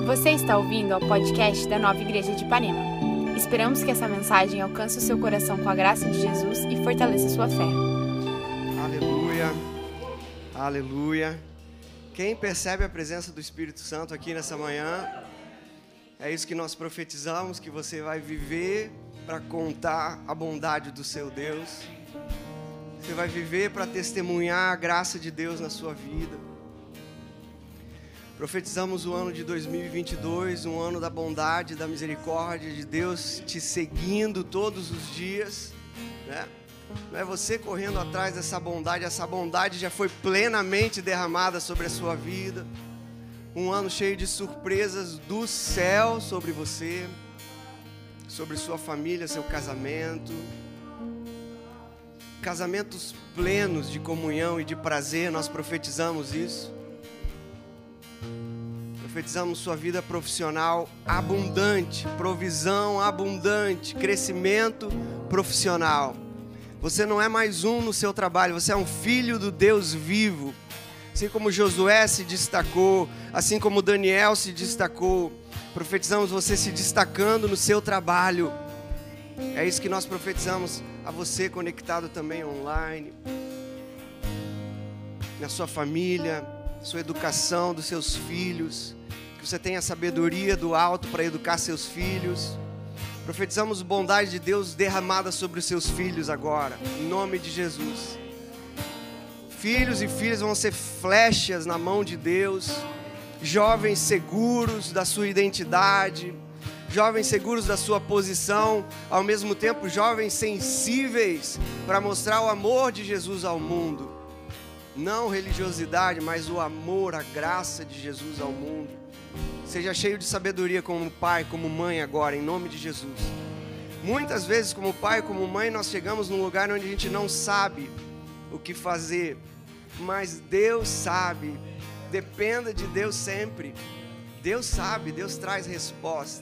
Você está ouvindo ao podcast da Nova Igreja de Ipanema. Esperamos que essa mensagem alcance o seu coração com a graça de Jesus e fortaleça sua fé. Aleluia, aleluia. Quem percebe a presença do Espírito Santo aqui nessa manhã, é isso que nós profetizamos, que você vai viver para contar a bondade do seu Deus. Você vai viver para testemunhar a graça de Deus na sua vida. Profetizamos o ano de 2022, um ano da bondade, da misericórdia de Deus te seguindo todos os dias, né? Não é você correndo atrás dessa bondade, essa bondade já foi plenamente derramada sobre a sua vida. Um ano cheio de surpresas do céu sobre você, sobre sua família, seu casamento. Casamentos plenos de comunhão e de prazer, nós profetizamos isso. Profetizamos sua vida profissional abundante, provisão abundante, crescimento profissional. Você não é mais um no seu trabalho, você é um filho do Deus vivo. Assim como Josué se destacou, assim como Daniel se destacou, profetizamos você se destacando no seu trabalho. É isso que nós profetizamos a você conectado também online, na sua família, sua educação dos seus filhos, que você tenha sabedoria do alto para educar seus filhos. Profetizamos bondade de Deus derramada sobre os seus filhos agora, em nome de Jesus. Filhos e filhas vão ser flechas na mão de Deus, jovens seguros da sua identidade, jovens seguros da sua posição, ao mesmo tempo jovens sensíveis para mostrar o amor de Jesus ao mundo. Não religiosidade, mas o amor, a graça de Jesus ao mundo. Seja cheio de sabedoria como pai, como mãe agora, em nome de Jesus. Muitas vezes, como pai, como mãe, nós chegamos num lugar onde a gente não sabe o que fazer, mas Deus sabe. Dependa de Deus sempre. Deus sabe, Deus traz resposta.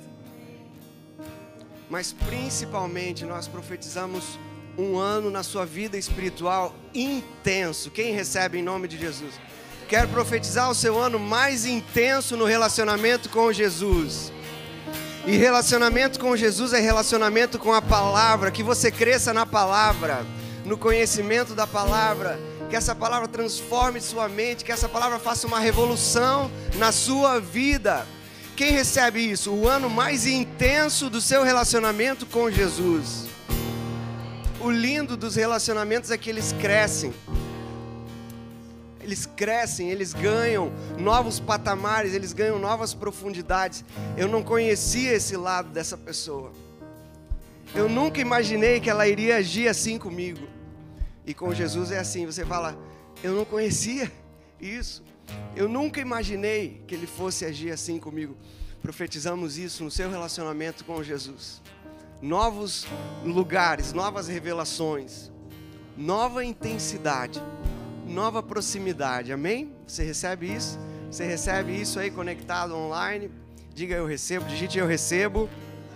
Mas principalmente nós profetizamos um ano na sua vida espiritual intenso. Quem recebe em nome de Jesus? Quero profetizar o seu ano mais intenso no relacionamento com Jesus. E relacionamento com Jesus é relacionamento com a palavra. Que você cresça na palavra, no conhecimento da palavra. Que essa palavra transforme sua mente, que essa palavra faça uma revolução na sua vida. Quem recebe isso? O ano mais intenso do seu relacionamento com Jesus. O lindo dos relacionamentos é que eles crescem. Eles crescem, eles ganham novos patamares, eles ganham novas profundidades. Eu não conhecia esse lado dessa pessoa. Eu nunca imaginei que ela iria agir assim comigo. E com Jesus é assim, você fala, eu não conhecia isso. Eu nunca imaginei que ele fosse agir assim comigo. Profetizamos isso no seu relacionamento com Jesus. Novos lugares, novas revelações, nova intensidade, nova proximidade, amém? Você recebe isso? Você recebe isso aí conectado online? Diga eu recebo, digite eu recebo.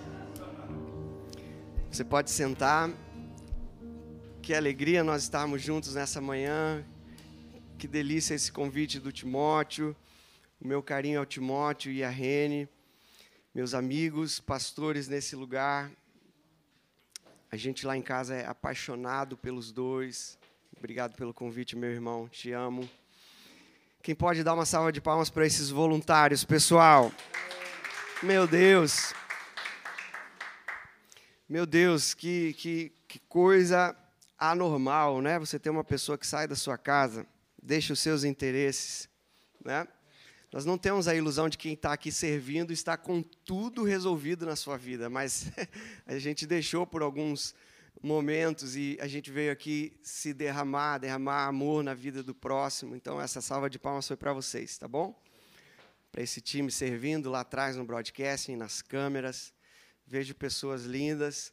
Você pode sentar. Que alegria nós estarmos juntos nessa manhã. Que delícia esse convite do Timóteo. O meu carinho ao Timóteo e a Rene, meus amigos, pastores nesse lugar. A gente lá em casa é apaixonado pelos dois. Obrigado pelo convite, meu irmão. Te amo. Quem pode dar uma salva de palmas para esses voluntários, pessoal? Meu Deus. Meu Deus, que coisa anormal, né? Você ter uma pessoa que sai da sua casa, deixa os seus interesses, né? Nós não temos a ilusão de quem está aqui servindo está com tudo resolvido na sua vida, mas a gente deixou por alguns momentos e a gente veio aqui se derramar amor na vida do próximo. Então essa salva de palmas foi para vocês, tá bom? Para esse time servindo lá atrás no broadcasting, nas câmeras. Vejo pessoas lindas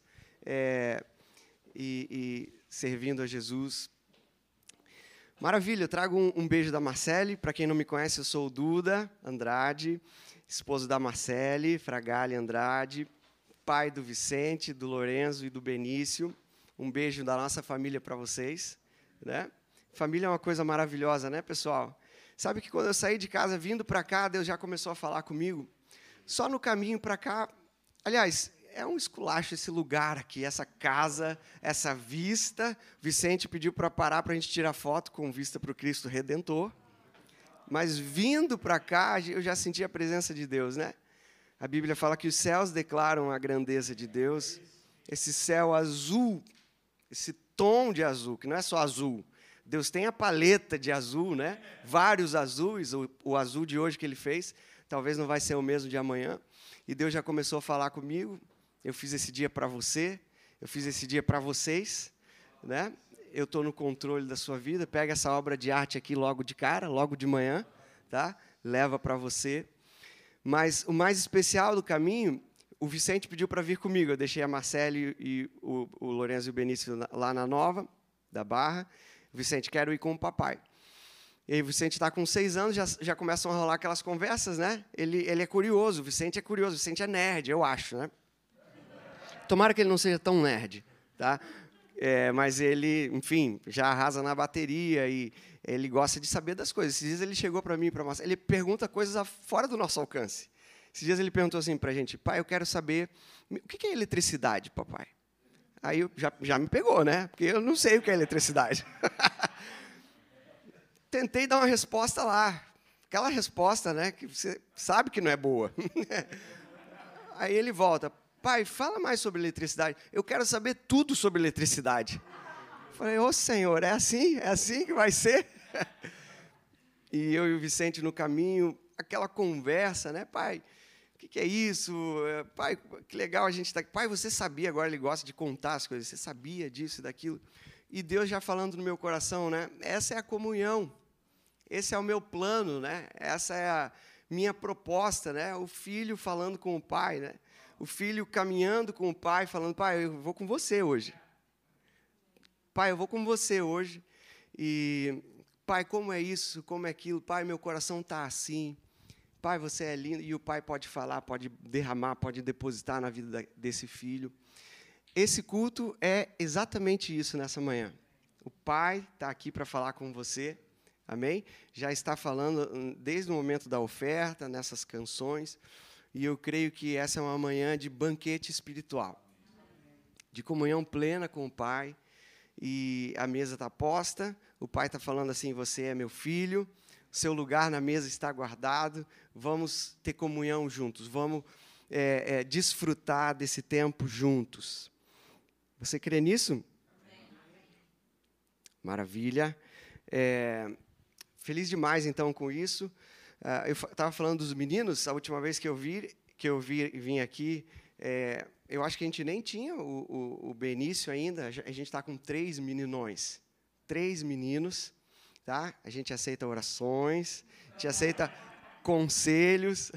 e servindo a Jesus. Maravilha, eu trago um beijo da Marcele. Para quem não me conhece, eu sou o Duda Andrade, esposo da Marcele Fragali Andrade, pai do Vicente, do Lorenzo e do Benício. Um beijo da nossa família para vocês, né? Família é uma coisa maravilhosa, né, pessoal? Sabe que quando eu saí de casa, vindo para cá, Deus já começou a falar comigo só no caminho para cá, aliás, é um esculacho esse lugar aqui, essa casa, essa vista. Vicente pediu para parar para a gente tirar foto com vista para o Cristo Redentor. Mas vindo para cá, eu já senti a presença de Deus, né? A Bíblia fala que os céus declaram a grandeza de Deus. Esse céu azul, esse tom de azul, que não é só azul. Deus tem a paleta de azul, né? Vários azuis, o azul de hoje que Ele fez, talvez não vai ser o mesmo de amanhã. E Deus já começou a falar comigo. Eu fiz esse dia para você, eu fiz esse dia para vocês, né? Eu estou no controle da sua vida. Pega essa obra de arte aqui logo de cara, logo de manhã, tá? Leva para você. Mas o mais especial do caminho, o Vicente pediu para vir comigo. Eu deixei a Marcele e o Lourenço e o Benício lá na Nova, da Barra. Vicente, quero ir com o papai. E aí o Vicente está com 6 anos, já começam a rolar aquelas conversas, né? Ele é curioso, o Vicente é curioso, o Vicente é nerd, eu acho, né? Tomara que ele não seja tão nerd, tá? Mas ele, enfim, já arrasa na bateria e ele gosta de saber das coisas. Esses dias ele chegou para mim e para a Marcela, ele pergunta coisas fora do nosso alcance. Esses dias ele perguntou assim para a gente, pai, eu quero saber, o que é eletricidade, papai? Aí já me pegou, né? Porque eu não sei o que é eletricidade. Tentei dar uma resposta lá, aquela resposta, né, que você sabe que não é boa. Aí ele volta, pai, fala mais sobre eletricidade. Eu quero saber tudo sobre eletricidade. Falei, ô Senhor, é assim que vai ser? E eu e o Vicente no caminho, aquela conversa, né, pai, o que é isso? Pai, que legal a gente está aqui. Pai, você sabia, agora ele gosta de contar as coisas, você sabia disso e daquilo? E Deus já falando no meu coração, né, essa é a comunhão, esse é o meu plano, né, essa é a minha proposta, né, o filho falando com o pai, né, o filho caminhando com o pai, falando, pai, eu vou com você hoje. Pai, eu vou com você hoje. E, pai, como é isso, como é aquilo? Pai, meu coração está assim. Pai, você é lindo. E o pai pode falar, pode derramar, pode depositar na vida desse filho. Esse culto é exatamente isso nessa manhã. O pai está aqui para falar com você. Amém? Já está falando desde o momento da oferta, nessas canções. E eu creio que essa é uma manhã de banquete espiritual, de comunhão plena com o Pai. E a mesa está posta, o Pai está falando assim, você é meu filho, seu lugar na mesa está guardado, vamos ter comunhão juntos, vamos desfrutar desse tempo juntos. Você crê nisso? Maravilha. Feliz demais, então, com isso. Eu estava falando dos meninos, a última vez que eu vim aqui, eu acho que a gente nem tinha o Benício ainda, a gente está com 3 meninões, 3 meninos, tá? A gente aceita orações, a gente aceita conselhos,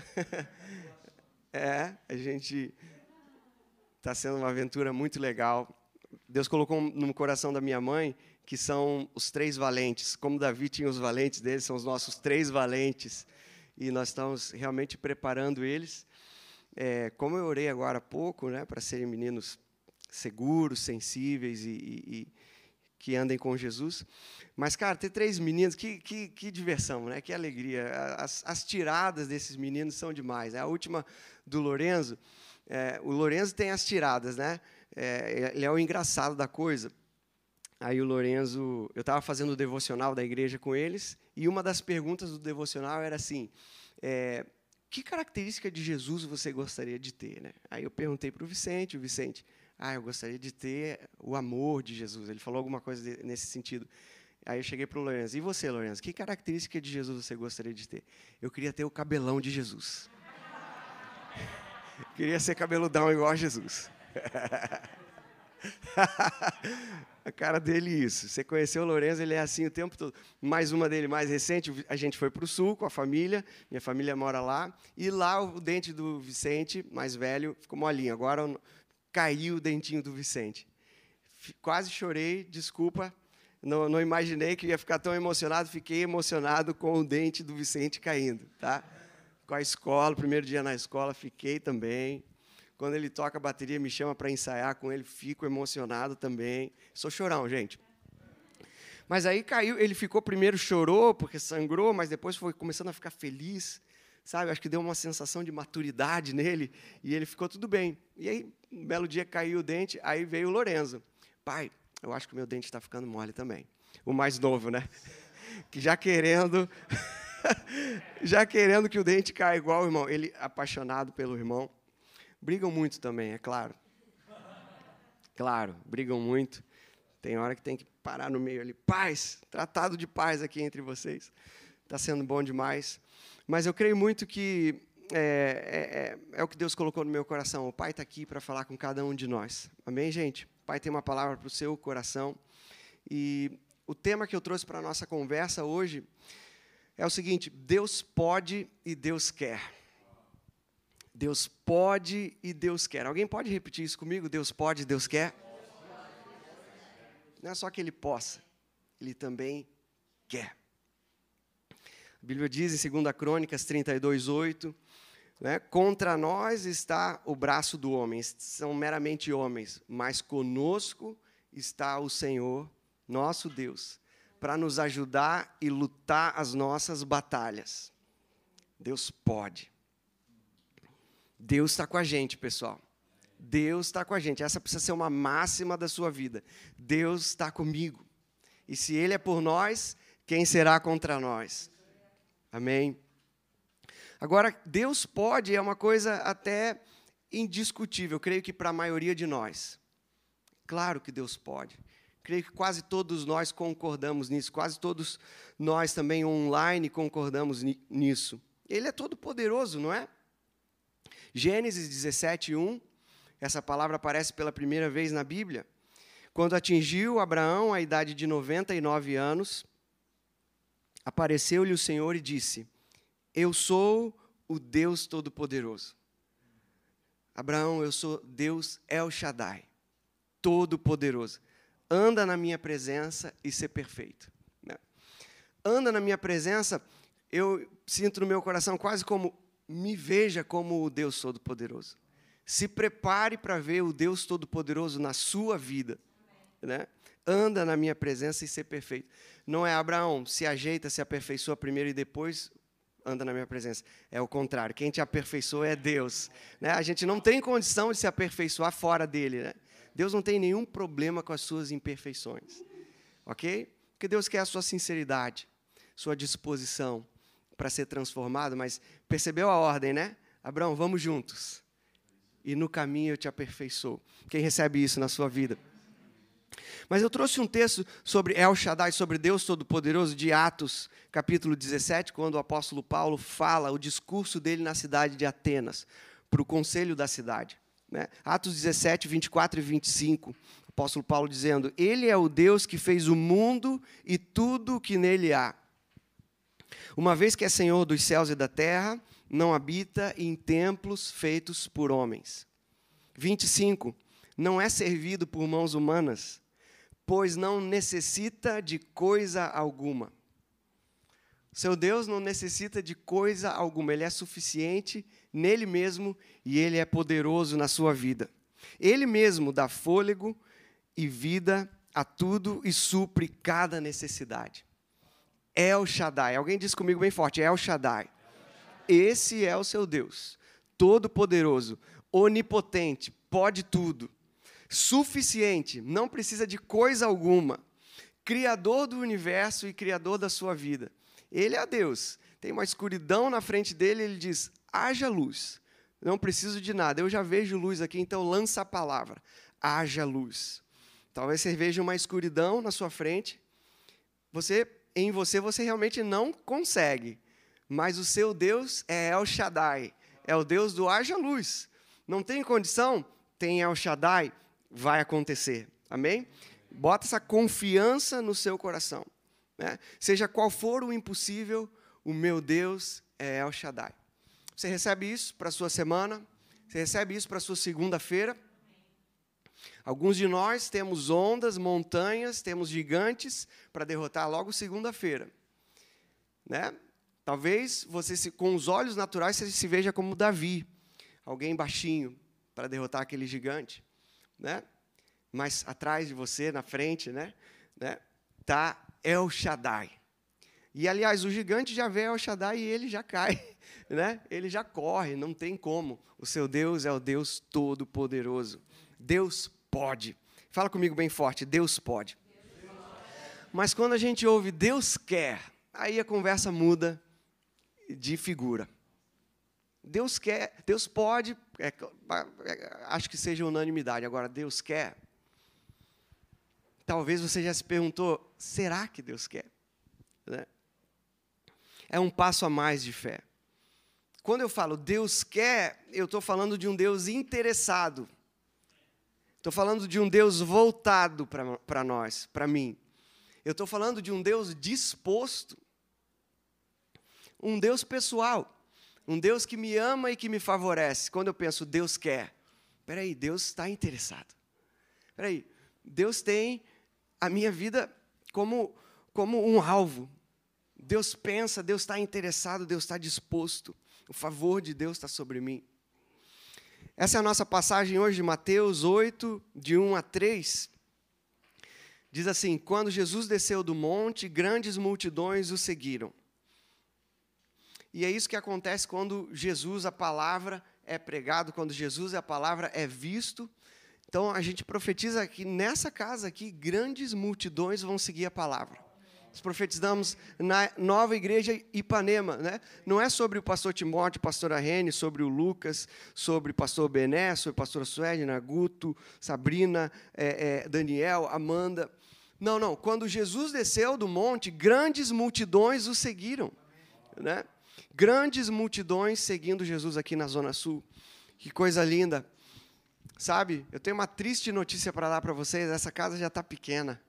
a gente está sendo uma aventura muito legal. Deus colocou no coração da minha mãe que são os 3 valentes. Como Davi tinha os valentes dele, são os nossos 3 valentes. E nós estamos realmente preparando eles. Como eu orei agora há pouco, né, para serem meninos seguros, sensíveis e que andem com Jesus. Mas, cara, ter 3 meninos, que diversão, né? Que alegria. As tiradas desses meninos são demais, né? A última do Lourenço, o Lourenço tem as tiradas, né? Ele é o engraçado da coisa. Aí o Lourenço, eu estava fazendo o devocional da igreja com eles, e uma das perguntas do devocional era assim, que característica de Jesus você gostaria de ter, né? Aí eu perguntei para o Vicente, eu gostaria de ter o amor de Jesus. Ele falou alguma coisa nesse sentido. Aí eu cheguei para o Lourenço, e você, Lourenço, que característica de Jesus você gostaria de ter? Eu queria ter o cabelão de Jesus. Queria ser cabeludão igual a Jesus. A cara dele, isso. Você conheceu o Lourenço, ele é assim o tempo todo. Mais uma dele, mais recente, a gente foi para o sul com a família, minha família mora lá, e lá o dente do Vicente, mais velho, ficou molinho. Agora caiu o dentinho do Vicente. Quase chorei, desculpa, não imaginei que ia ficar tão emocionado, fiquei emocionado com o dente do Vicente caindo, tá? Com a escola, primeiro dia na escola, fiquei também. Quando ele toca a bateria, me chama para ensaiar com ele, fico emocionado também. Sou chorão, gente. Mas aí caiu, ele ficou primeiro, chorou, porque sangrou, mas depois foi começando a ficar feliz. sabe? Acho que deu uma sensação de maturidade nele e ele ficou tudo bem. E aí, um belo dia caiu o dente, aí veio o Lorenzo. Pai, eu acho que o meu dente está ficando mole também. O mais novo, né? Que já querendo que o dente caia igual o irmão. Ele, apaixonado pelo irmão. Brigam muito também, é claro. Claro, brigam muito. Tem hora que tem que parar no meio ali. Paz, tratado de paz aqui entre vocês. Está sendo bom demais. Mas eu creio muito que é o que Deus colocou no meu coração. O Pai está aqui para falar com cada um de nós. Amém, gente? O Pai tem uma palavra para o seu coração. E o tema que eu trouxe para a nossa conversa hoje é o seguinte: Deus pode e Deus quer. Deus pode e Deus quer. Alguém pode repetir isso comigo? Deus pode e Deus quer? Não é só que Ele possa, Ele também quer. A Bíblia diz em 2 Crônicas 32:8, né, contra nós está o braço do homem, são meramente homens, mas conosco está o Senhor, nosso Deus, para nos ajudar e lutar as nossas batalhas. Deus pode. Deus está com a gente, pessoal. Deus está com a gente. Essa precisa ser uma máxima da sua vida. Deus está comigo. E se Ele é por nós, quem será contra nós? Amém? Agora, Deus pode é uma coisa até indiscutível, eu creio que para a maioria de nós. Claro que Deus pode. Creio que quase todos nós concordamos nisso, quase todos nós também online concordamos nisso. Ele é todo poderoso, não é? Gênesis 17:1, essa palavra aparece pela primeira vez na Bíblia. Quando atingiu Abraão a idade de 99 anos, apareceu-lhe o Senhor e disse: eu sou o Deus Todo-Poderoso. Abraão, eu sou Deus El Shaddai, Todo-Poderoso. Anda na minha presença e ser perfeito. Anda na minha presença, eu sinto no meu coração quase como, me veja como o Deus Todo-Poderoso. Se prepare para ver o Deus Todo-Poderoso na sua vida. Né? Anda na minha presença e ser perfeito. Não é Abraão, se ajeita, se aperfeiçoa primeiro e depois anda na minha presença. É o contrário, quem te aperfeiçoa é Deus. Né? A gente não tem condição de se aperfeiçoar fora dele. Né? Deus não tem nenhum problema com as suas imperfeições. Ok? Porque Deus quer a sua sinceridade, sua disposição para ser transformado, mas percebeu a ordem, né? Abraão, vamos juntos. E no caminho eu te aperfeiçoo. Quem recebe isso na sua vida? Mas eu trouxe um texto sobre El Shaddai, sobre Deus Todo-Poderoso, de Atos, capítulo 17, quando o apóstolo Paulo fala o discurso dele na cidade de Atenas, para o conselho da cidade. Né? Atos 17, 24 e 25, o apóstolo Paulo dizendo: Ele é o Deus que fez o mundo e tudo o que nele há. Uma vez que é Senhor dos céus e da terra, não habita em templos feitos por homens. 25. Não é servido por mãos humanas, pois não necessita de coisa alguma. Seu Deus não necessita de coisa alguma. Ele é suficiente nele mesmo e Ele é poderoso na sua vida. Ele mesmo dá fôlego e vida a tudo e supre cada necessidade. El Shaddai. Alguém diz comigo bem forte: El Shaddai. Esse é o seu Deus, todo-poderoso, onipotente, pode tudo, suficiente, não precisa de coisa alguma, criador do universo e criador da sua vida. Ele é Deus. Tem uma escuridão na frente dele, ele diz: haja luz. Não preciso de nada, eu já vejo luz aqui, então lança a palavra. Haja luz. Talvez você veja uma escuridão na sua frente, em você realmente não consegue. Mas o seu Deus é El Shaddai, é o Deus do haja luz. Não tem condição? Tem El Shaddai, vai acontecer. Amém? Bota essa confiança no seu coração. Né? Seja qual for o impossível, o meu Deus é El Shaddai. Você recebe isso para a sua semana? Você recebe isso para a sua segunda-feira? Alguns de nós temos ondas, montanhas, temos gigantes para derrotar logo segunda-feira. Né? Talvez você, com os olhos naturais, você se veja como Davi, alguém baixinho para derrotar aquele gigante. Né? Mas atrás de você, na frente, né? Tá El Shaddai. E, aliás, o gigante já vê El Shaddai e ele já cai, né? Ele já corre, não tem como. O seu Deus é o Deus Todo-Poderoso. Deus pode. Fala comigo bem forte, Deus pode. Mas quando a gente ouve Deus quer, aí a conversa muda de figura. Deus quer, Deus pode, acho que seja unanimidade. Agora, Deus quer. Talvez você já se perguntou, será que Deus quer? Né? É um passo a mais de fé. Quando eu falo Deus quer, eu estou falando de um Deus interessado. Estou falando de um Deus voltado para nós, para mim. Eu estou falando de um Deus disposto. Um Deus pessoal. Um Deus que me ama e que me favorece. Quando eu penso Deus quer, espera aí, Deus está interessado. Espera aí, Deus tem a minha vida como um alvo. Deus pensa, Deus está interessado, Deus está disposto. O favor de Deus está sobre mim. Essa é a nossa passagem hoje de Mateus 8, de 1 a 3. Diz assim, quando Jesus desceu do monte, grandes multidões o seguiram. E é isso que acontece quando Jesus, a palavra, é pregado, quando Jesus, a palavra, é visto. Então, a gente profetiza que nessa casa aqui, grandes multidões vão seguir a palavra. Nós profetizamos na nova igreja Ipanema, né? Não é sobre o pastor Timóteo, pastora Rene, sobre o Lucas, sobre o pastor Bené, sobre a pastora Suedna, Guto, Sabrina, Daniel, Amanda. Não. Quando Jesus desceu do monte, grandes multidões o seguiram, né? Grandes multidões seguindo Jesus aqui na Zona Sul. Que coisa linda. Sabe, eu tenho uma triste notícia para dar para vocês, essa casa já está pequena.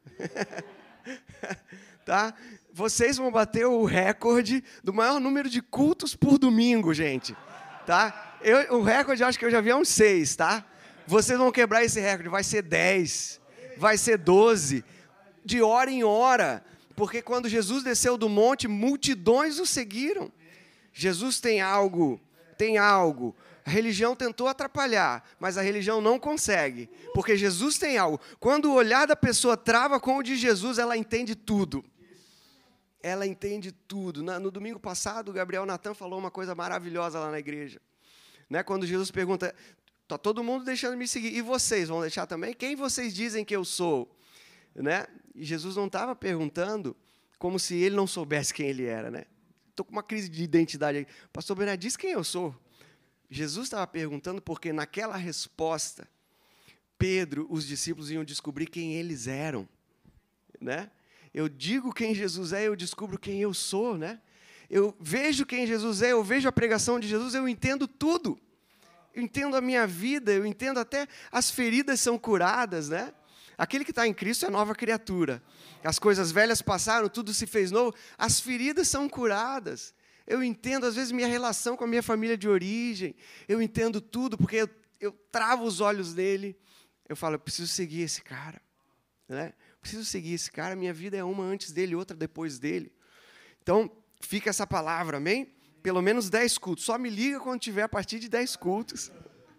Tá? Vocês vão bater o recorde do maior número de cultos por domingo, gente. Tá? O recorde, eu acho que eu já vi há uns 6, tá? Vocês vão quebrar esse recorde, vai ser 10, vai ser 12, de hora em hora. Porque quando Jesus desceu do monte, multidões o seguiram. Jesus tem algo. A religião tentou atrapalhar, mas a religião não consegue, porque Jesus tem algo. Quando o olhar da pessoa trava com o de Jesus, ela entende tudo. Ela entende tudo. No domingo passado, o Gabriel Natan falou uma coisa maravilhosa lá na igreja. Né? Quando Jesus pergunta, está todo mundo deixando me seguir, e vocês vão deixar também? Quem vocês dizem que eu sou? Né? E Jesus não estava perguntando como se ele não soubesse quem ele era. Né? Estou com uma crise de identidade aí. Pastor Bernardo, diz quem eu sou. Jesus estava perguntando porque naquela resposta, Pedro, os discípulos iam descobrir quem eles eram. Né? Eu digo quem Jesus é, eu descubro quem eu sou. Né? Eu vejo quem Jesus é, eu vejo a pregação de Jesus, eu entendo tudo. Eu entendo a minha vida, eu entendo até as feridas são curadas. Né? Aquele que está em Cristo é nova criatura. As coisas velhas passaram, tudo se fez novo. As feridas são curadas. Eu entendo, às vezes, minha relação com a minha família de origem. Eu entendo tudo, porque eu travo os olhos dele. Eu falo, eu preciso seguir esse cara. Né? Preciso seguir esse cara. Minha vida é uma antes dele, outra depois dele. Então, fica essa palavra, amém? Pelo menos 10 cultos. Só me liga quando tiver a partir de 10 cultos.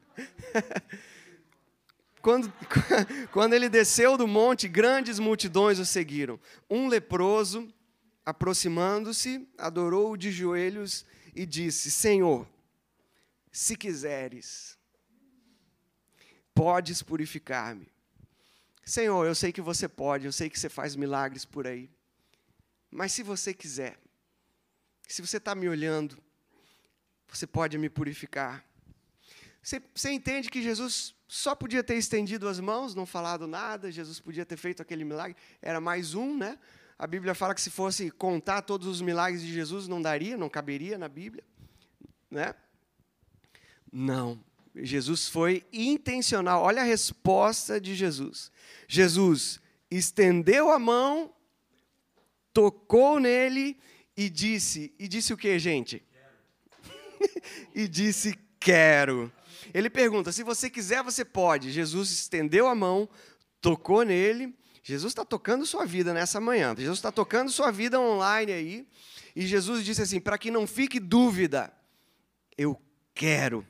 Quando ele desceu do monte, grandes multidões o seguiram. Um leproso, aproximando-se, adorou-o de joelhos e disse, Senhor, se quiseres, podes purificar-me. Senhor, eu sei que você pode, eu sei que você faz milagres por aí. Mas se você quiser, se você está me olhando, você pode me purificar. Você entende que Jesus só podia ter estendido as mãos, não falado nada, Jesus podia ter feito aquele milagre, era mais um, né? A Bíblia fala que se fosse contar todos os milagres de Jesus, não daria, não caberia na Bíblia. Né? Não. Jesus foi intencional. Olha a resposta de Jesus. Jesus estendeu a mão, tocou nele e disse o que, gente? E disse, quero. Ele pergunta, se você quiser, você pode. Jesus estendeu a mão, tocou nele. Jesus está tocando sua vida nessa manhã. Jesus está tocando sua vida online aí. E Jesus disse assim, para que não fique dúvida, eu quero,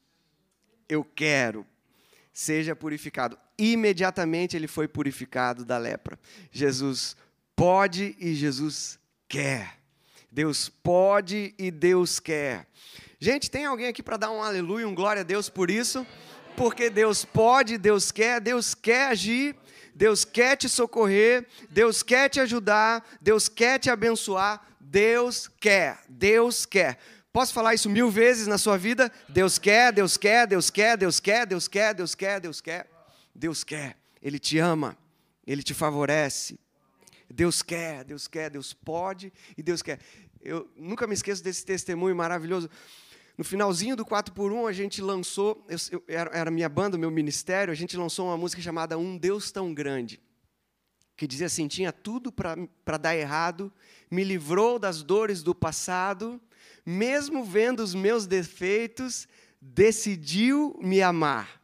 seja purificado. Imediatamente ele foi purificado da lepra. Jesus pode e Jesus quer. Deus pode e Deus quer. Gente, tem alguém aqui para dar um aleluia, um glória a Deus por isso? Porque Deus pode, Deus quer agir, Deus quer te socorrer, Deus quer te ajudar, Deus quer te abençoar, Deus quer, Deus quer. Posso falar isso 1000 vezes na sua vida? Deus quer, Deus quer, Deus quer, Deus quer, Deus quer, Deus quer, Deus quer. Deus quer, Ele te ama, Ele te favorece. Deus quer, Deus quer, Deus pode e Deus quer. Eu nunca me esqueço desse testemunho maravilhoso. No finalzinho do 4x1, a gente lançou, era a minha banda, o meu ministério, a gente lançou uma música chamada Um Deus Tão Grande, que dizia assim, tinha tudo para dar errado, me livrou das dores do passado, mesmo vendo os meus defeitos, decidiu me amar.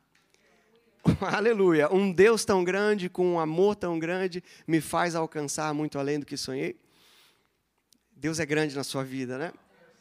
Aleluia. Um Deus tão grande, com um amor tão grande, me faz alcançar muito além do que sonhei. Deus é grande na sua vida, né?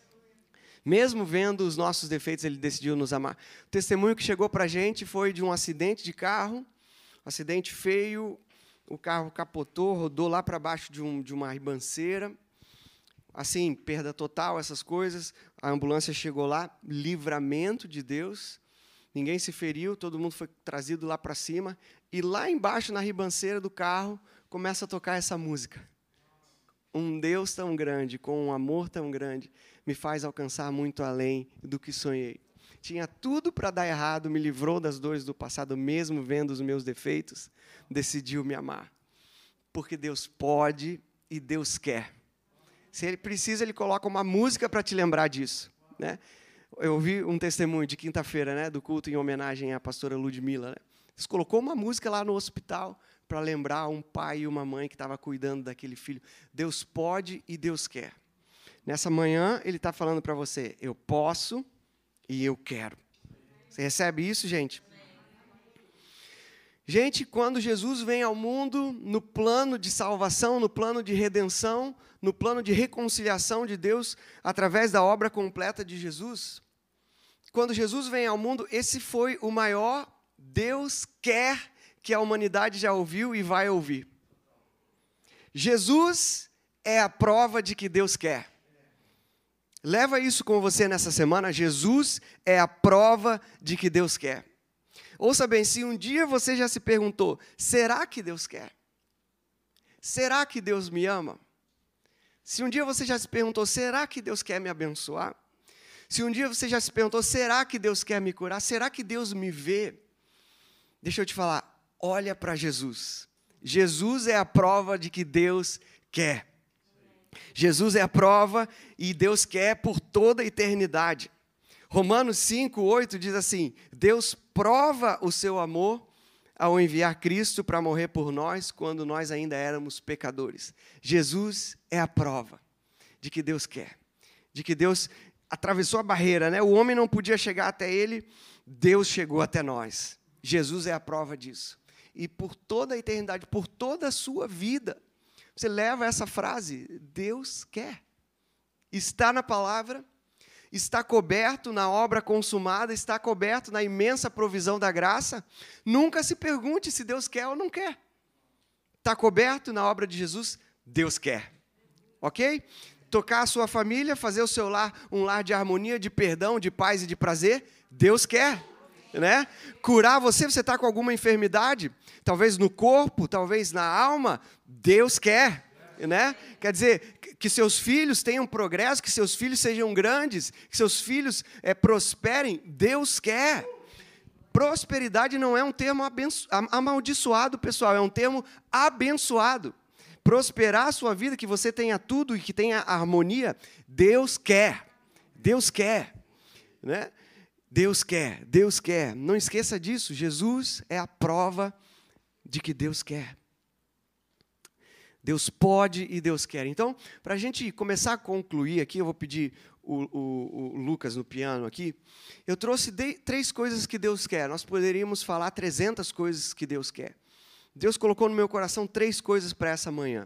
Mesmo vendo os nossos defeitos, Ele decidiu nos amar. O testemunho que chegou para a gente foi de um acidente de carro, um acidente feio, o carro capotou, rodou lá para baixo de uma ribanceira, assim, perda total, essas coisas. A ambulância chegou lá, livramento de Deus, ninguém se feriu, todo mundo foi trazido lá para cima, e lá embaixo, na ribanceira do carro, começa a tocar essa música. Um Deus tão grande, com um amor tão grande, me faz alcançar muito além do que sonhei. Tinha tudo para dar errado, me livrou das dores do passado, mesmo vendo os meus defeitos, decidiu me amar. Porque Deus pode e Deus quer. Se Ele precisa, Ele coloca uma música para te lembrar disso, né? Eu ouvi um testemunho de quinta-feira, né, do culto em homenagem à pastora Ludmila, né? Eles colocou uma música lá no hospital para lembrar um pai e uma mãe que estava cuidando daquele filho. Deus pode e Deus quer. Nessa manhã, Ele está falando para você, eu posso e eu quero. Você recebe isso, gente? Gente, quando Jesus vem ao mundo, no plano de salvação, no plano de redenção, no plano de reconciliação de Deus, através da obra completa de Jesus, quando Jesus vem ao mundo, esse foi o maior Deus quer que a humanidade já ouviu e vai ouvir. Jesus é a prova de que Deus quer. Leva isso com você nessa semana. Jesus é a prova de que Deus quer. Ouça bem, se um dia você já se perguntou, será que Deus quer? Será que Deus me ama? Se um dia você já se perguntou, será que Deus quer me abençoar? Se um dia você já se perguntou, será que Deus quer me curar? Será que Deus me vê? Deixa eu te falar, olha para Jesus. Jesus é a prova de que Deus quer. Jesus é a prova e Deus quer por toda a eternidade. Romanos 5:8 diz assim, Deus prova o seu amor ao enviar Cristo para morrer por nós quando nós ainda éramos pecadores. Jesus é a prova de que Deus quer, de que Deus atravessou a barreira, né? O homem não podia chegar até Ele, Deus chegou até nós. Jesus é a prova disso. E por toda a eternidade, por toda a sua vida, você leva essa frase, Deus quer. Está na palavra, está coberto na obra consumada, está coberto na imensa provisão da graça. Nunca se pergunte se Deus quer ou não quer. Está coberto na obra de Jesus, Deus quer. Ok? Tocar a sua família, fazer o seu lar um lar de harmonia, de perdão, de paz e de prazer, Deus quer. Né? Curar você está com alguma enfermidade, talvez no corpo, talvez na alma, Deus quer, né? Quer dizer, que seus filhos tenham progresso, que seus filhos sejam grandes, que seus filhos prosperem, Deus quer. Prosperidade não é um termo amaldiçoado, pessoal, é um termo abençoado. Prosperar a sua vida, que você tenha tudo e que tenha harmonia, Deus quer, né? Deus quer, Deus quer. Não esqueça disso, Jesus é a prova de que Deus quer. Deus pode e Deus quer. Então, para a gente começar a concluir aqui, eu vou pedir o Lucas no piano aqui. Eu trouxe 3 coisas que Deus quer. Nós poderíamos falar 300 coisas que Deus quer. Deus colocou no meu coração 3 coisas para essa manhã.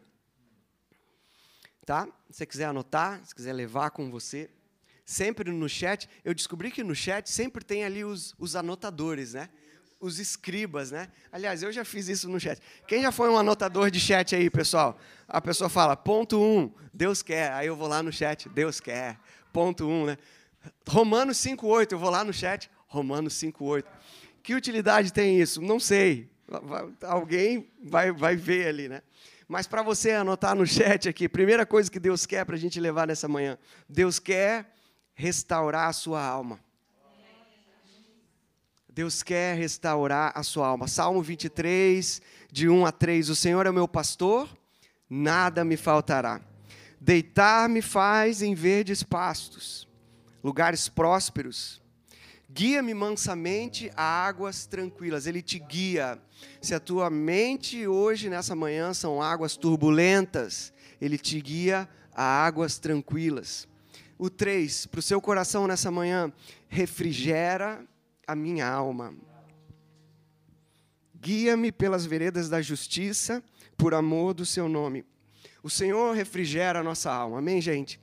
Tá? Se você quiser anotar, se quiser levar com você. Sempre no chat, eu descobri que no chat sempre tem ali os anotadores, né? os escribas, né? Aliás, eu já fiz isso no chat. Quem já foi um anotador de chat aí, pessoal? A pessoa fala, ponto 1, Deus quer. Aí eu vou lá no chat, Deus quer. Ponto 1, né? Romanos 5,8, eu vou lá no chat, Romanos 5,8. Que utilidade tem isso? Não sei. Alguém vai ver ali, né? Mas para você anotar no chat aqui, primeira coisa que Deus quer para a gente levar nessa manhã, Deus quer restaurar a sua alma. Deus quer restaurar a sua alma. Salmo 23, de 1 a 3. O Senhor é o meu pastor, nada me faltará. Deitar-me faz em verdes pastos, lugares prósperos. Guia-me mansamente a águas tranquilas. Ele te guia. Se a tua mente hoje, nessa manhã, são águas turbulentas, Ele te guia a águas tranquilas. O 3, para o seu coração nessa manhã, refrigera a minha alma. Guia-me pelas veredas da justiça, por amor do seu nome. O Senhor refrigera a nossa alma. Amém, gente?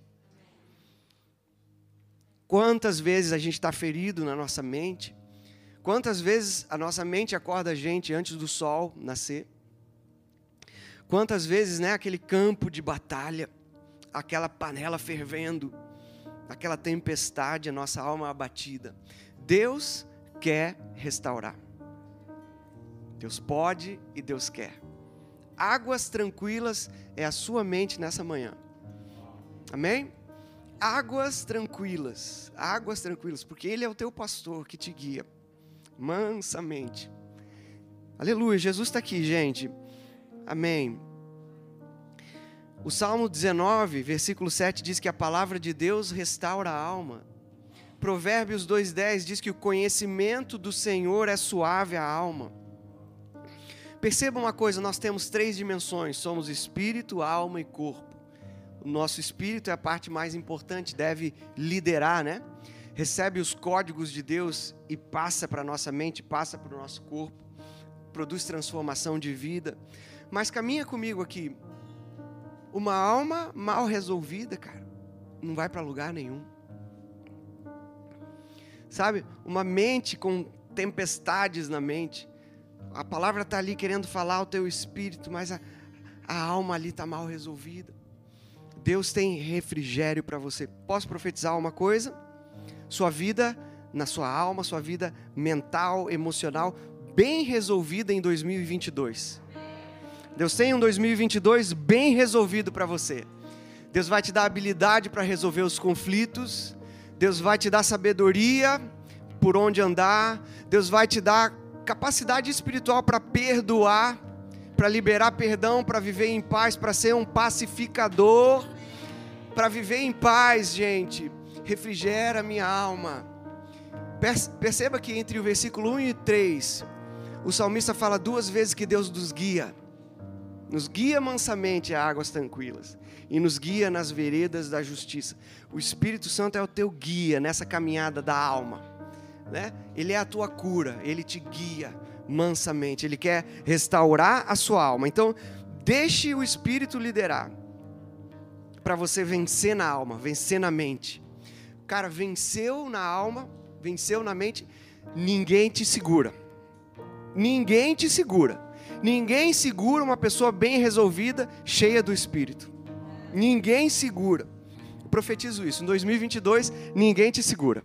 Quantas vezes a gente está ferido na nossa mente? Quantas vezes a nossa mente acorda a gente antes do sol nascer? Quantas vezes, né, aquele campo de batalha, aquela panela fervendo, aquela tempestade, a nossa alma abatida. Deus quer restaurar. Deus pode e Deus quer. Águas tranquilas é a sua mente nessa manhã. Amém? Águas tranquilas, porque Ele é o teu pastor que te guia mansamente. Aleluia, Jesus está aqui, gente. Amém. O Salmo 19, versículo 7 diz que a palavra de Deus restaura a alma. Provérbios 2,10 diz que o conhecimento do Senhor é suave à alma. Perceba uma coisa, nós temos 3 dimensões, somos espírito, alma e corpo. O nosso espírito é a parte mais importante, deve liderar, né? Recebe os códigos de Deus e passa para a nossa mente, passa para o nosso corpo, produz transformação de vida. Mas caminha comigo aqui, uma alma mal resolvida, cara, não vai para lugar nenhum. Sabe, uma mente com tempestades na mente, a palavra está ali querendo falar ao teu espírito, mas a alma ali está mal resolvida. Deus tem refrigério para você. Posso profetizar uma coisa? Sua vida, na sua alma, sua vida mental, emocional, bem resolvida em 2022. Deus tem um 2022 bem resolvido para você. Deus vai te dar habilidade para resolver os conflitos. Deus vai te dar sabedoria por onde andar. Deus vai te dar capacidade espiritual para perdoar, para liberar perdão, para viver em paz, para ser um pacificador, para viver em paz, gente. Refrigera minha alma. Perceba que entre o versículo 1 e 3, o salmista fala 2 vezes que Deus nos guia mansamente a águas tranquilas e nos guia nas veredas da justiça. O Espírito Santo é o teu guia nessa caminhada da alma, né? Ele é a tua cura, Ele te guia mansamente, Ele quer restaurar a sua alma. Então, deixe o Espírito liderar, para você vencer na alma, vencer na mente. Cara, venceu na alma, venceu na mente, ninguém te segura. Ninguém te segura. Ninguém segura uma pessoa bem resolvida, cheia do Espírito. Ninguém segura. Eu profetizo isso, em 2022, ninguém te segura.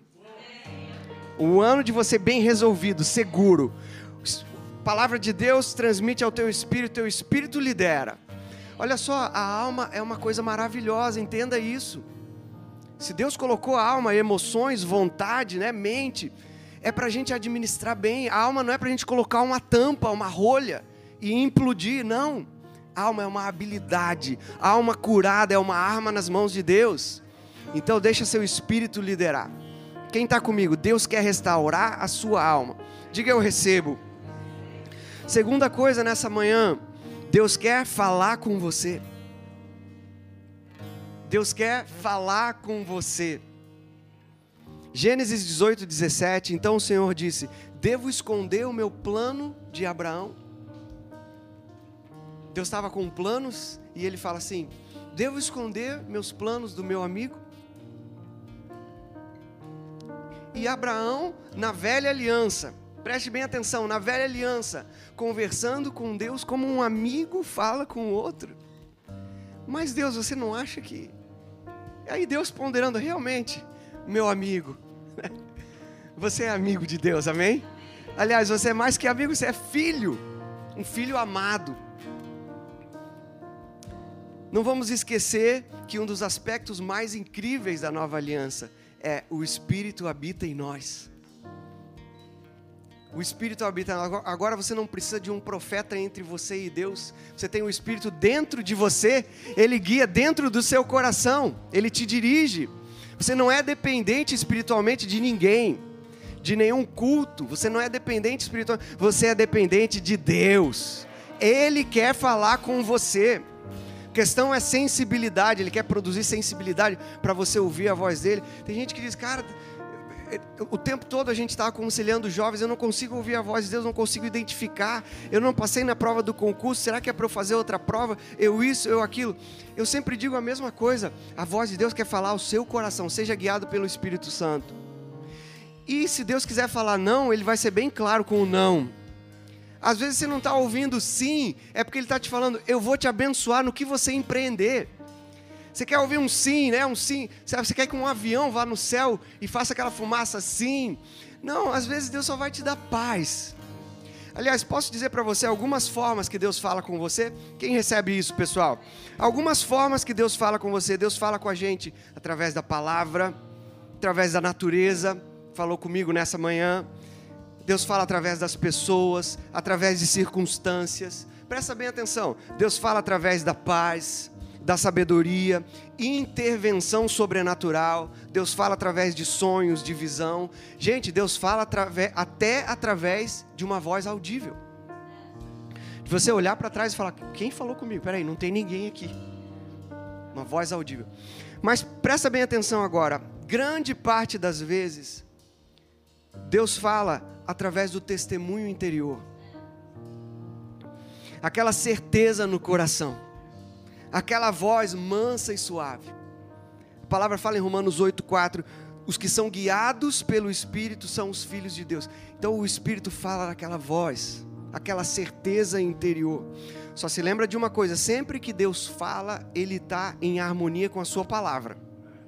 O ano de você bem resolvido, seguro. A palavra de Deus transmite ao teu espírito lidera. Olha só, a alma é uma coisa maravilhosa, entenda isso. Se Deus colocou a alma, emoções, vontade, né, mente, é para a gente administrar bem. A alma não é para a gente colocar uma tampa, uma rolha e implodir, não. A alma é uma habilidade, a alma curada é uma arma nas mãos de Deus. Então deixa seu espírito liderar. Quem está comigo? Deus quer restaurar a sua alma. Diga eu recebo. Segunda coisa nessa manhã, Deus quer falar com você. Deus quer falar com você. Gênesis 18, 17, então o Senhor disse: devo esconder o meu plano de Abraão? Deus estava com planos e Ele fala assim: devo esconder meus planos do meu amigo? E Abraão, na velha aliança, Preste bem atenção, na velha aliança, conversando com Deus como um amigo fala com o outro. Mas Deus, você não acha que... Aí Deus ponderando, realmente, meu amigo, você é amigo de Deus, amém? Aliás, você é mais que amigo, você é filho, um filho amado. Não vamos esquecer que um dos aspectos mais incríveis da nova aliança é o Espírito habita em nós. O Espírito habita. Agora você não precisa de um profeta entre você e Deus. Você tem o Espírito dentro de você. Ele guia dentro do seu coração. Ele te dirige. Você não é dependente espiritualmente de ninguém, de nenhum culto. Você não é dependente espiritualmente. Você é dependente de Deus. Ele quer falar com você. A questão é sensibilidade. Ele quer produzir sensibilidade para você ouvir a voz dele. Tem gente que diz, cara, o tempo todo a gente está aconselhando jovens, eu não consigo ouvir a voz de Deus, não consigo identificar, eu não passei na prova do concurso, será que é para eu fazer outra prova, eu isso, eu aquilo? Eu sempre digo a mesma coisa, a voz de Deus quer falar ao seu coração, seja guiado pelo Espírito Santo. E se Deus quiser falar não, Ele vai ser bem claro com o não. Às vezes você não está ouvindo sim, é porque Ele está te falando, eu vou te abençoar no que você empreender. Você quer ouvir um sim, né? Um sim. Você quer que um avião vá no céu e faça aquela fumaça sim? Não, às vezes Deus só vai te dar paz. Aliás, posso dizer para você algumas formas que Deus fala com você? Quem recebe isso, pessoal? Algumas formas que Deus fala com você. Deus fala com a gente através da palavra, através da natureza. Falou comigo nessa manhã. Deus fala através das pessoas, através de circunstâncias. Presta bem atenção. Deus fala através da paz, da sabedoria, intervenção sobrenatural. Deus fala através de sonhos, de visão. Gente, Deus fala até através de uma voz audível. De você olhar para trás e falar, quem falou comigo? Peraí, não tem ninguém aqui. Uma voz audível. Mas presta bem atenção agora. Grande parte das vezes, Deus fala através do testemunho interior. Aquela certeza no coração. Aquela voz mansa e suave. A palavra fala em Romanos 8,4, os que são guiados pelo Espírito são os filhos de Deus. Então o Espírito fala naquela voz, aquela certeza interior. Só se lembra de uma coisa, sempre que Deus fala, Ele está em harmonia com a sua palavra.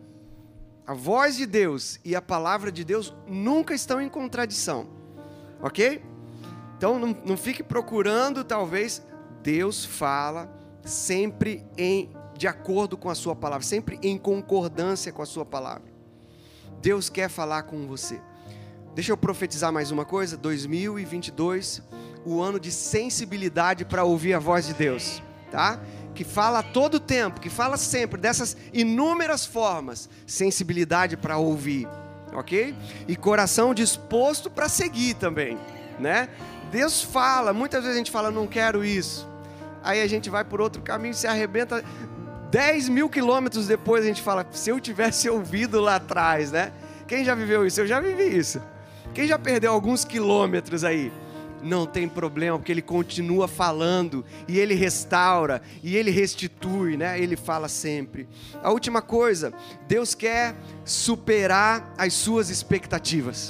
A voz de Deus e a palavra de Deus nunca estão em contradição, ok? Então não fique procurando, talvez, Deus fala sempre de acordo com a sua palavra, sempre em concordância com a sua palavra. Deus quer falar com você. Deixa eu profetizar mais uma coisa, 2022, o ano de sensibilidade para ouvir a voz de Deus, tá? Que fala a todo tempo, que fala sempre, dessas inúmeras formas, sensibilidade para ouvir, ok? E coração disposto para seguir também, né? Deus fala, muitas vezes a gente fala, não quero isso. Aí a gente vai por outro caminho, se arrebenta 10.000 quilômetros depois, a gente fala, se eu tivesse ouvido lá atrás, né? Quem já viveu isso? Eu já vivi isso. Quem já perdeu alguns quilômetros aí? Não tem problema, porque Ele continua falando, e Ele restaura, e Ele restitui, né? Ele fala sempre. A última coisa, Deus quer superar as suas expectativas.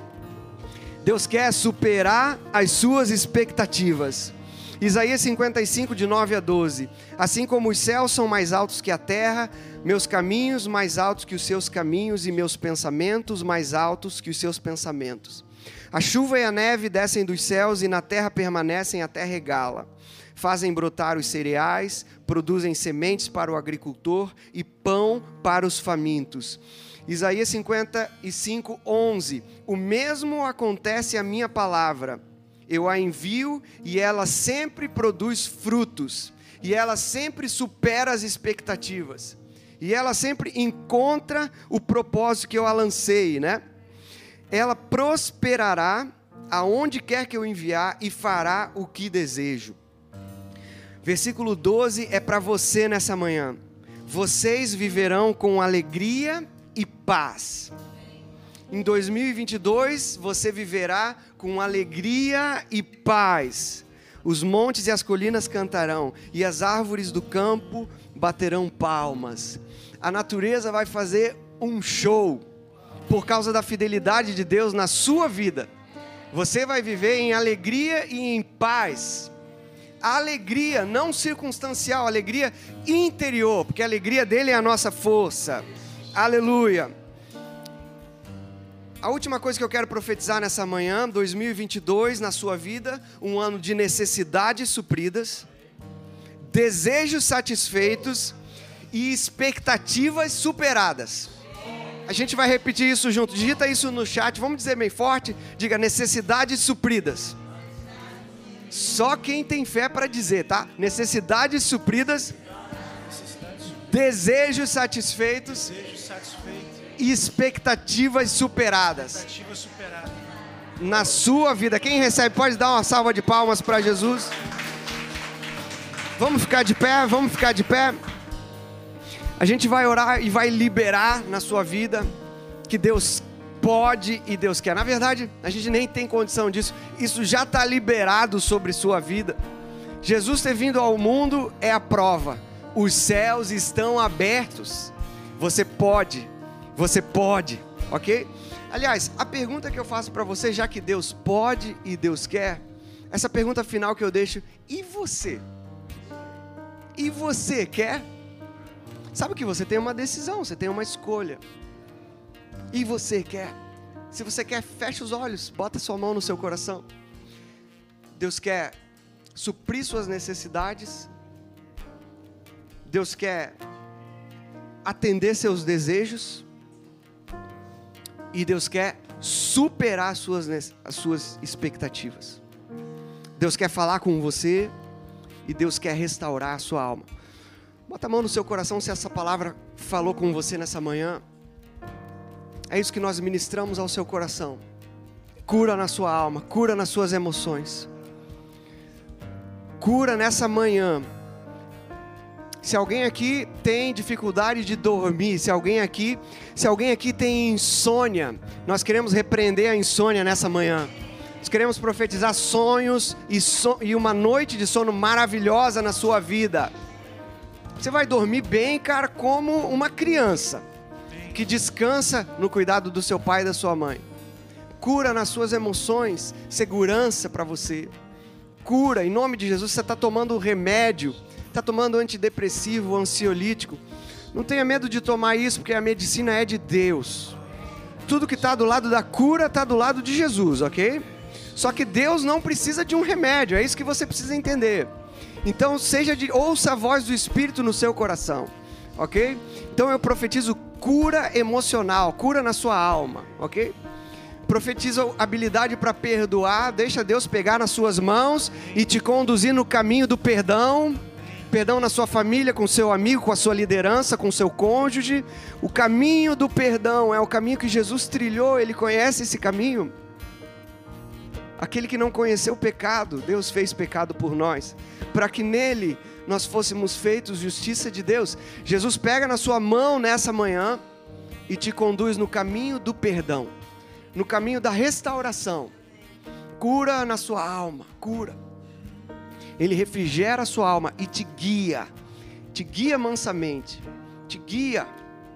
Deus quer superar as suas expectativas. Isaías 55, de 9 a 12. Assim como os céus são mais altos que a terra, meus caminhos mais altos que os seus caminhos, e meus pensamentos mais altos que os seus pensamentos. A chuva e a neve descem dos céus, e na terra permanecem até regá-la. Fazem brotar os cereais, produzem sementes para o agricultor e pão para os famintos. Isaías 55, 11. O mesmo acontece à minha palavra. Eu a envio e ela sempre produz frutos. E ela sempre supera as expectativas. E ela sempre encontra o propósito que eu a lancei, né? Ela prosperará aonde quer que eu enviar e fará o que desejo. Versículo 12 é para você nessa manhã. Vocês viverão com alegria e paz. Em 2022, você viverá com alegria e paz. Os montes e as colinas cantarão, e as árvores do campo baterão palmas. A natureza vai fazer um show, por causa da fidelidade de Deus na sua vida. Você vai viver em alegria e em paz. A alegria não circunstancial, a alegria interior, porque a alegria dele é a nossa força. Aleluia. A última coisa que eu quero profetizar nessa manhã, 2022 na sua vida, um ano de necessidades supridas, desejos satisfeitos e expectativas superadas. A gente vai repetir isso junto, digita isso no chat, vamos dizer bem forte, diga necessidades supridas. Só quem tem fé para dizer, tá? Necessidades supridas, desejos satisfeitos e expectativas superadas. Na sua vida, quem recebe pode dar uma salva de palmas para Jesus. Vamos ficar de pé, vamos ficar de pé. A gente vai orar e vai liberar na sua vida que Deus pode e Deus quer. Na verdade, a gente nem tem condição disso. Isso já está liberado sobre sua vida. Jesus ter vindo ao mundo é a prova. Os céus estão abertos. Você pode, ok? Aliás, a pergunta que eu faço para você, já que Deus pode e Deus quer, essa pergunta final que eu deixo, e você? E você quer? Sabe que você tem uma decisão, você tem uma escolha. E você quer? Se você quer, fecha os olhos, bota sua mão no seu coração. Deus quer suprir suas necessidades. Deus quer atender seus desejos. E Deus quer superar as suas expectativas. Deus quer falar com você e Deus quer restaurar a sua alma. Bota a mão no seu coração se essa palavra falou com você nessa manhã. É isso que nós ministramos ao seu coração. Cura na sua alma, cura nas suas emoções. Cura nessa manhã. Se alguém aqui tem dificuldade de dormir, se alguém aqui tem insônia, nós queremos repreender a insônia nessa manhã. Nós queremos profetizar sonhos e uma noite de sono maravilhosa na sua vida. Você vai dormir bem, cara, como uma criança que descansa no cuidado do seu pai e da sua mãe. Cura nas suas emoções, segurança para você. Cura, em nome de Jesus. Você está tomando remédio, está tomando antidepressivo, ansiolítico. Não tenha medo de tomar isso, porque a medicina é de Deus. Tudo que está do lado da cura está do lado de Jesus, ok? Só que Deus não precisa de um remédio, é isso que você precisa entender. Então ouça a voz do Espírito no seu coração, ok? Então eu profetizo cura emocional, cura na sua alma, ok? Profetizo habilidade para perdoar, deixa Deus pegar nas suas mãos e te conduzir no caminho do perdão. Perdão na sua família, com seu amigo, com a sua liderança, com seu cônjuge. O caminho do perdão é o caminho que Jesus trilhou, Ele conhece esse caminho. Aquele que não conheceu o pecado, Deus fez pecado por nós, para que nele nós fôssemos feitos justiça de Deus. Jesus pega na sua mão nessa manhã e te conduz no caminho do perdão, no caminho da restauração. Cura na sua alma, cura. Ele refrigera a sua alma e te guia mansamente, te guia.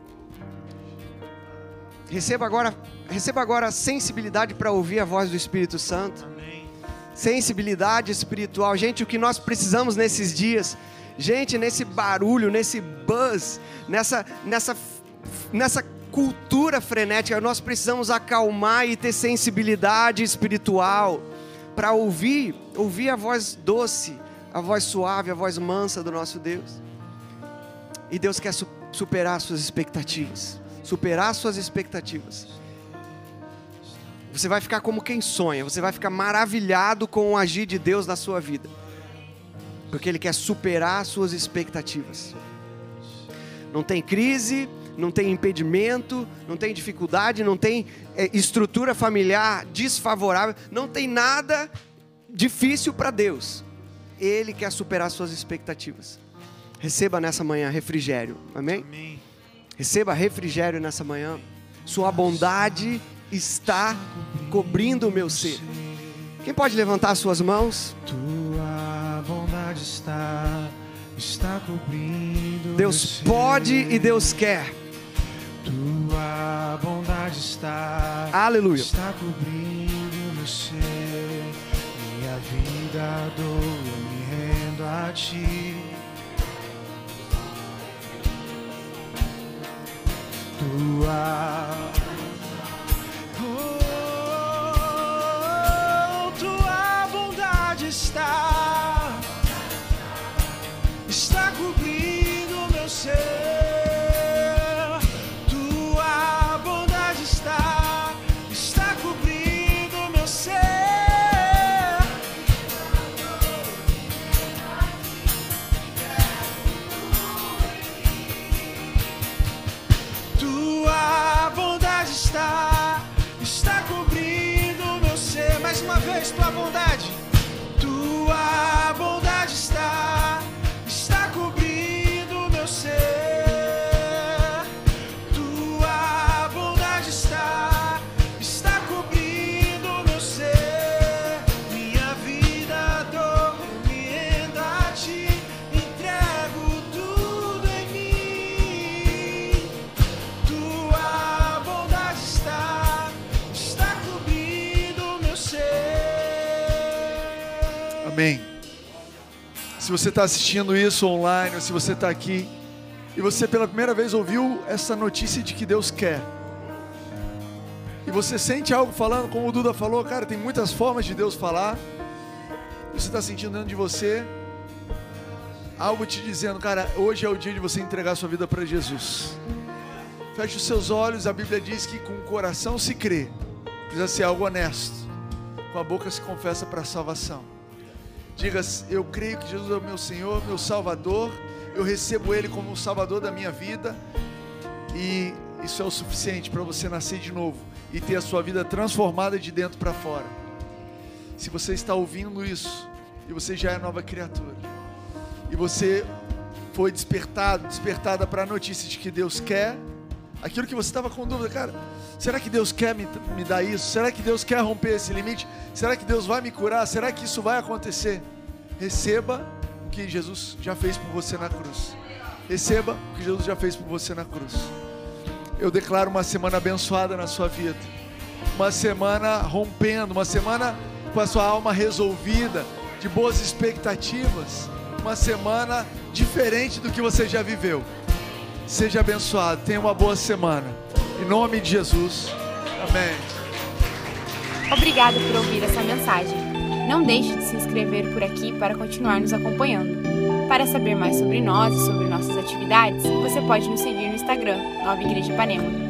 Receba agora sensibilidade para ouvir a voz do Espírito Santo. Amém. Sensibilidade espiritual. Gente, o que nós precisamos nesses dias, gente, nesse barulho, nesse buzz, nessa cultura frenética, nós precisamos acalmar e ter sensibilidade espiritual para ouvir a voz doce, a voz suave, a voz mansa do nosso Deus. E Deus quer superar as suas expectativas. Superar suas expectativas. Você vai ficar como quem sonha. Você vai ficar maravilhado com o agir de Deus na sua vida, porque Ele quer superar suas expectativas. Não tem crise, não tem impedimento, não tem dificuldade, não tem estrutura familiar desfavorável, não tem nada difícil para Deus. Ele quer superar suas expectativas. Receba nessa manhã refrigério, amém? Amém. Receba refrigério nessa manhã. Sua bondade está cobrindo o meu ser. Quem pode levantar suas mãos? Tua bondade está cobrindo. Deus pode e Deus quer. Tua bondade Aleluia. está cobrindo meu ser, minha vida dou, eu me rendo a ti. Tua bondade está cobrindo meu ser. Tua bondade está cobrindo meu ser. Tua bondade está cobrindo meu ser. Mais uma vez, tua bondade. Tua bondade está cobrindo meu ser. Tua bondade está cobrindo meu ser. Minha vida dou, me rendo a ti, entrego tudo em mim. Tua bondade está cobrindo meu ser. Amém. Se você está assistindo isso online, ou se você está aqui e você pela primeira vez ouviu essa notícia de que Deus quer, e você sente algo falando, como o Duda falou, cara, tem muitas formas de Deus falar. Você está sentindo dentro de você algo te dizendo, cara, hoje é o dia de você entregar sua vida para Jesus. Feche os seus olhos. A Bíblia diz que com o coração se crê, precisa ser algo honesto, com a boca se confessa para a salvação. Diga: eu creio que Jesus é o meu Senhor, meu Salvador, eu recebo Ele como o Salvador da minha vida, e isso é o suficiente para você nascer de novo e ter a sua vida transformada de dentro para fora. Se você está ouvindo isso e você já é nova criatura, e você foi despertada para a notícia de que Deus quer aquilo que você estava com dúvida, cara, será que Deus quer me dar isso? Será que Deus quer romper esse limite? Será que Deus vai me curar? Será que isso vai acontecer? Receba o que Jesus já fez por você na cruz. Receba o que Jesus já fez por você na cruz. Eu declaro uma semana abençoada na sua vida, uma semana rompendo, uma semana com a sua alma resolvida, de boas expectativas, uma semana diferente do que você já viveu. Seja abençoado, tenha uma boa semana, em nome de Jesus, amém. Obrigado por ouvir essa mensagem. Não deixe de se inscrever por aqui para continuar nos acompanhando. Para saber mais sobre nós e sobre nossas atividades, você pode nos seguir no Instagram, Nova Igreja Ipanema.